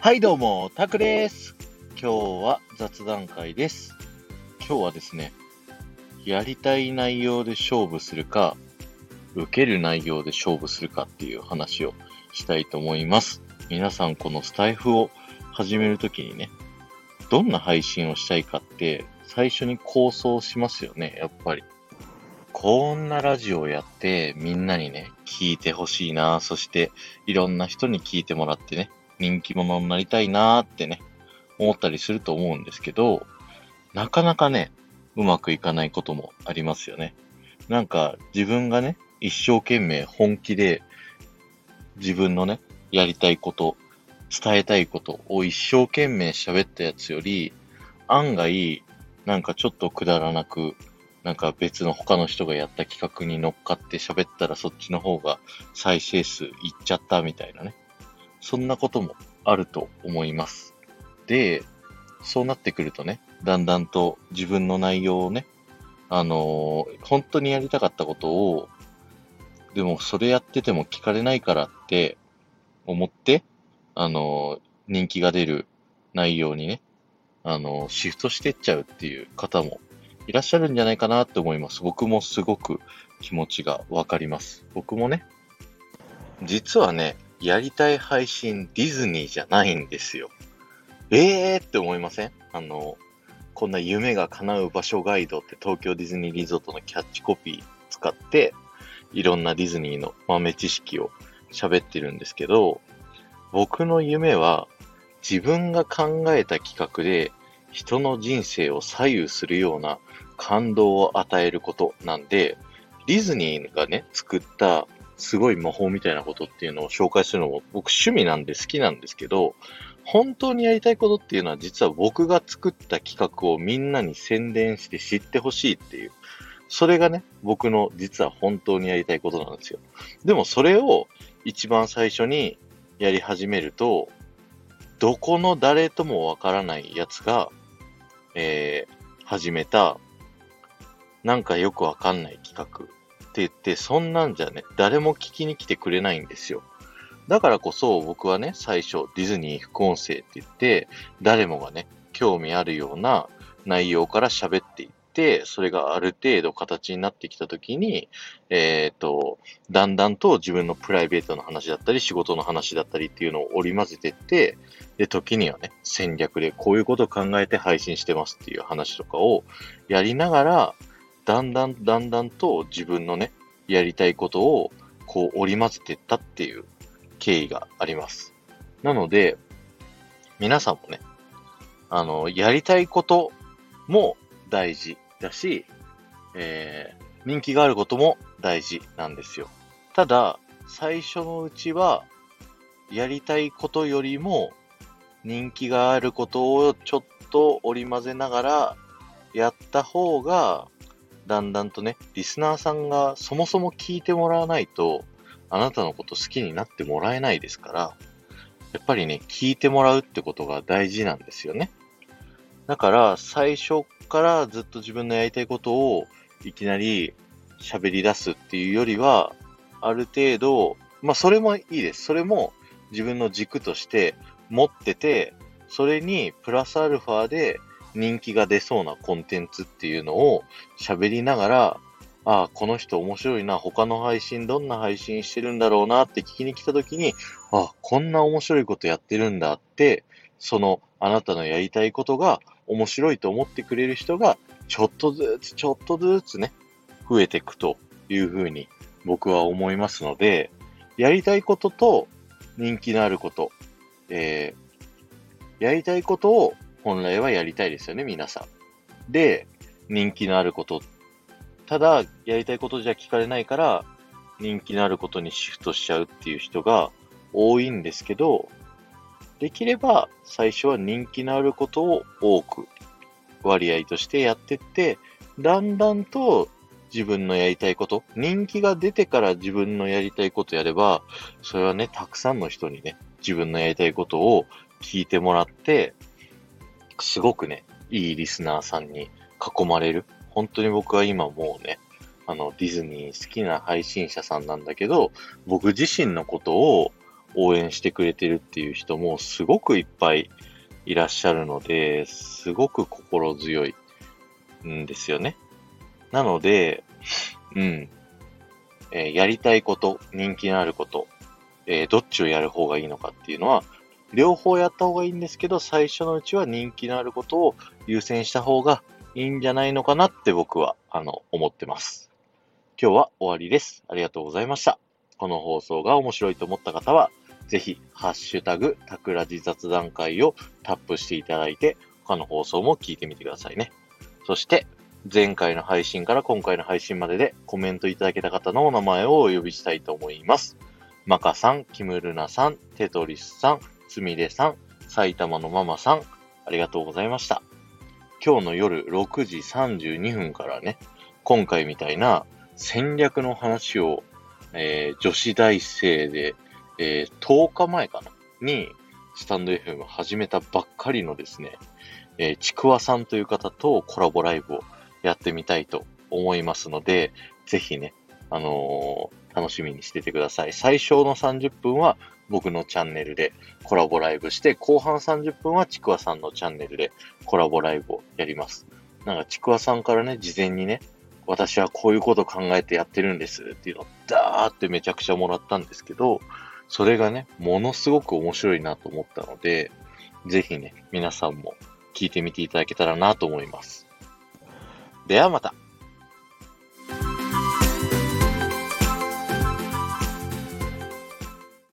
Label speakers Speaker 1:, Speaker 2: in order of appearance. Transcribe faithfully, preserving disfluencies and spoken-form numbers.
Speaker 1: はいどうも、タクです。今日は雑談会です。今日はですね、やりたい内容で勝負するか、受ける内容で勝負するかっていう話をしたいと思います。皆さんこのスタイフを始めるときにね、どんな配信をしたいかって最初に構想しますよね、やっぱり。こんなラジオをやってみんなにね、聞いてほしいな、そしていろんな人に聞いてもらってね、人気者になりたいなーってね、思ったりすると思うんですけど、なかなかね、うまくいかないこともありますよね。なんか自分がね、一生懸命本気で自分のね、やりたいこと、伝えたいことを一生懸命喋ったやつより、案外、なんかちょっとくだらなく、なんか別の他の人がやった企画に乗っかって喋ったらそっちの方が再生数いっちゃったみたいなね。そんなこともあると思います。で、そうなってくるとね、だんだんと自分の内容をね、あのー本当にやりたかったことを、でもそれやってても聞かれないからって思って、あのー人気が出る内容にね、あのーシフトしてっちゃうっていう方もいらっしゃるんじゃないかなって思います。僕もすごく気持ちがわかります。僕もね、実はね、やりたい配信ディズニーじゃないんですよ。えーって思いません？あの、こんな夢が叶う場所ガイドって東京ディズニーリゾートのキャッチコピー使って、いろんなディズニーの豆知識を喋ってるんですけど、僕の夢は自分が考えた企画で人の人生を左右するような感動を与えることなんで、ディズニーがね、作ったすごい魔法みたいなことっていうのを紹介するのも僕趣味なんで好きなんですけど、本当にやりたいことっていうのは実は僕が作った企画をみんなに宣伝して知ってほしいっていう、それがね、僕の実は本当にやりたいことなんですよ。でもそれを一番最初にやり始めると、どこの誰ともわからないやつが、えー、始めた、なんかよくわかんない企画って言って、そんなんじゃね、誰も聞きに来てくれないんですよ。だからこそ僕はね、最初ディズニー副音声って言って、誰もがね、興味あるような内容から喋っていって、それがある程度形になってきたときに、えっと、だんだんと自分のプライベートの話だったり、仕事の話だったりっていうのを織り交ぜていって、で、時にはね、戦略でこういうことを考えて配信してますっていう話とかをやりながら、だんだんだんだんと自分のね、やりたいことをこう織り交ぜていったっていう経緯があります。なので、皆さんもね、あの、やりたいことも大事だし、えー、人気があることも大事なんですよ。ただ、最初のうちは、やりたいことよりも、人気があることをちょっと織り交ぜながらやった方が、だんだんとね、リスナーさんがそもそも聞いてもらわないと、あなたのこと好きになってもらえないですから、やっぱりね、聞いてもらうってことが大事なんですよね。だから、最初からずっと自分のやりたいことをいきなり喋り出すっていうよりは、ある程度、まあそれもいいです。それも自分の軸として持ってて、それにプラスアルファで人気が出そうなコンテンツっていうのを喋りながら、ああ、この人面白いな、他の配信どんな配信してるんだろうなって聞きに来た時に、ああ、こんな面白いことやってるんだって、そのあなたのやりたいことが面白いと思ってくれる人がちょっとずつちょっとずつね、増えていくというふうに僕は思いますので、やりたいことと人気のあること、えー、やりたいことを本来はやりたいですよね、皆さん。で、人気のあること。ただ、やりたいことじゃ聞かれないから、人気のあることにシフトしちゃうっていう人が多いんですけど、できれば最初は人気のあることを多く割合としてやってって、だんだんと自分のやりたいこと、人気が出てから自分のやりたいことやれば、それはね、たくさんの人にね、自分のやりたいことを聞いてもらって、すごくね、いいリスナーさんに囲まれる。本当に僕は今もうね、あの、ディズニー好きな配信者さんなんだけど、僕自身のことを応援してくれてるっていう人もすごくいっぱいいらっしゃるので、すごく心強いんですよね。なので、うん、えーやりたいこと、人気のあること、えーどっちをやる方がいいのかっていうのは、両方やった方がいいんですけど、最初のうちは人気のあることを優先した方がいいんじゃないのかなって僕は、あの、思ってます。今日は終わりです。ありがとうございました。この放送が面白いと思った方は、ぜひ、ハッシュタグ、タクラジ雑談会をタップしていただいて、他の放送も聞いてみてくださいね。そして、前回の配信から今回の配信まででコメントいただけた方のお名前をお呼びしたいと思います。マカさん、キムルナさん、テトリスさん、すみれさん、埼玉のママさん、ありがとうございました。今日の夜ろくじさんじゅうにふんからね、今回みたいな戦略の話を、えー女子大生で、えーとおかまえかなに、スタンド エフエム 始めたばっかりのですね、えーちくわさんという方とコラボライブをやってみたいと思いますので、ぜひね、あのー楽しみにしててください。最初のさんじゅっぷんは僕のチャンネルでコラボライブして、後半さんじゅっぷんはちくわさんのチャンネルでコラボライブをやります。なんかちくわさんからね、事前にね、私はこういうこと考えてやってるんですっていうのをダーってめちゃくちゃもらったんですけど、それがね、ものすごく面白いなと思ったので、ぜひね、皆さんも聞いてみていただけたらなと思います。ではまた。